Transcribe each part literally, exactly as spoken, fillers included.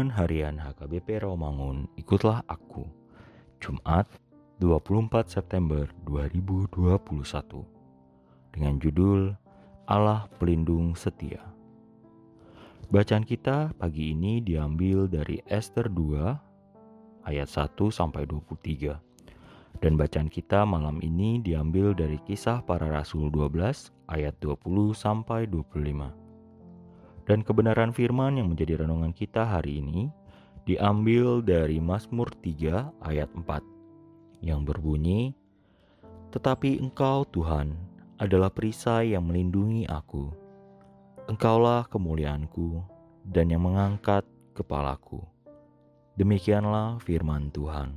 Renungan Harian H K B P Rawamangun, ikutlah aku. Jumat, dua puluh empat September dua ribu dua puluh satu. Dengan judul Allah Pelindung Setia. Bacaan kita pagi ini diambil dari Ester dua ayat satu sampai dua puluh tiga. Dan bacaan kita malam ini diambil dari Kisah Para Rasul dua belas ayat dua puluh sampai dua puluh lima. Dan kebenaran firman yang menjadi renungan kita hari ini diambil dari Mazmur tiga ayat empat yang berbunyi, "Tetapi Engkau Tuhan adalah perisai yang melindungi aku. Engkaulah kemuliaanku dan yang mengangkat kepalaku." Demikianlah firman Tuhan.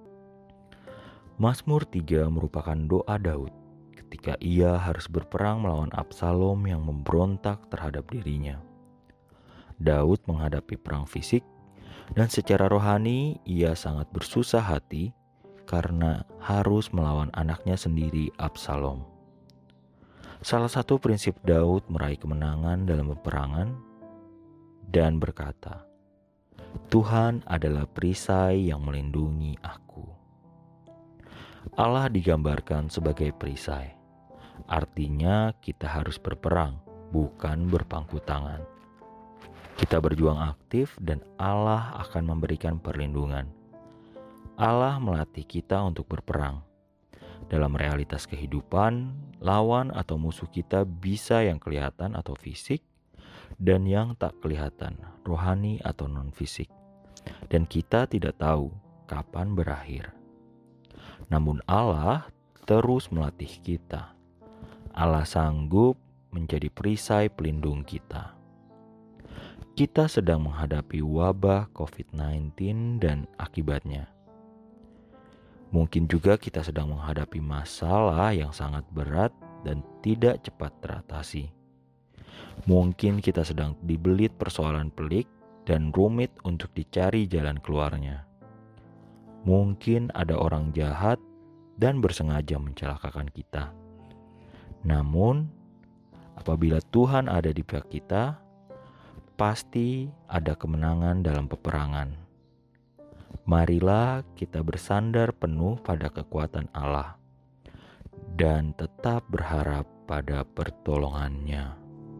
Mazmur tiga merupakan doa Daud ketika ia harus berperang melawan Absalom yang memberontak terhadap dirinya. Daud menghadapi perang fisik dan secara rohani ia sangat bersusah hati karena harus melawan anaknya sendiri Absalom. Salah satu prinsip Daud meraih kemenangan dalam peperangan dan berkata, "Tuhan adalah perisai yang melindungi aku." Allah digambarkan sebagai perisai. Artinya kita harus berperang, bukan berpangku tangan. Kita berjuang aktif dan Allah akan memberikan perlindungan. Allah melatih kita untuk berperang. Dalam realitas kehidupan, lawan atau musuh kita bisa yang kelihatan atau fisik dan yang tak kelihatan, rohani atau non-fisik. Dan kita tidak tahu kapan berakhir. Namun Allah terus melatih kita. Allah sanggup menjadi perisai pelindung kita. Kita sedang menghadapi wabah covid sembilan belas dan akibatnya. Mungkin juga kita sedang menghadapi masalah yang sangat berat dan tidak cepat teratasi. Mungkin kita sedang dibelit persoalan pelik dan rumit untuk dicari jalan keluarnya. Mungkin ada orang jahat dan bersengaja mencelakakan kita. Namun, apabila Tuhan ada di pihak kita, pasti ada kemenangan dalam peperangan. Marilah kita bersandar penuh pada kekuatan Allah dan tetap berharap pada pertolongannya.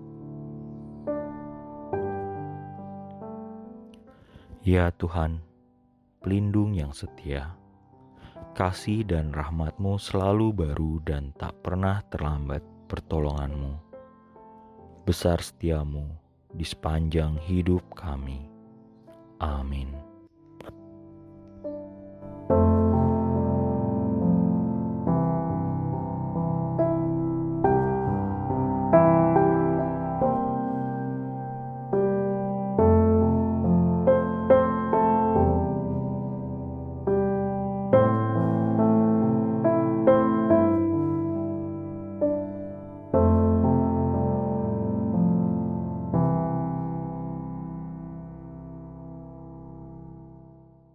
Ya Tuhan, pelindung yang setia, kasih dan rahmat-Mu selalu baru dan tak pernah terlambat pertolongan-Mu. Besar setiamu di sepanjang hidup kami. Amin.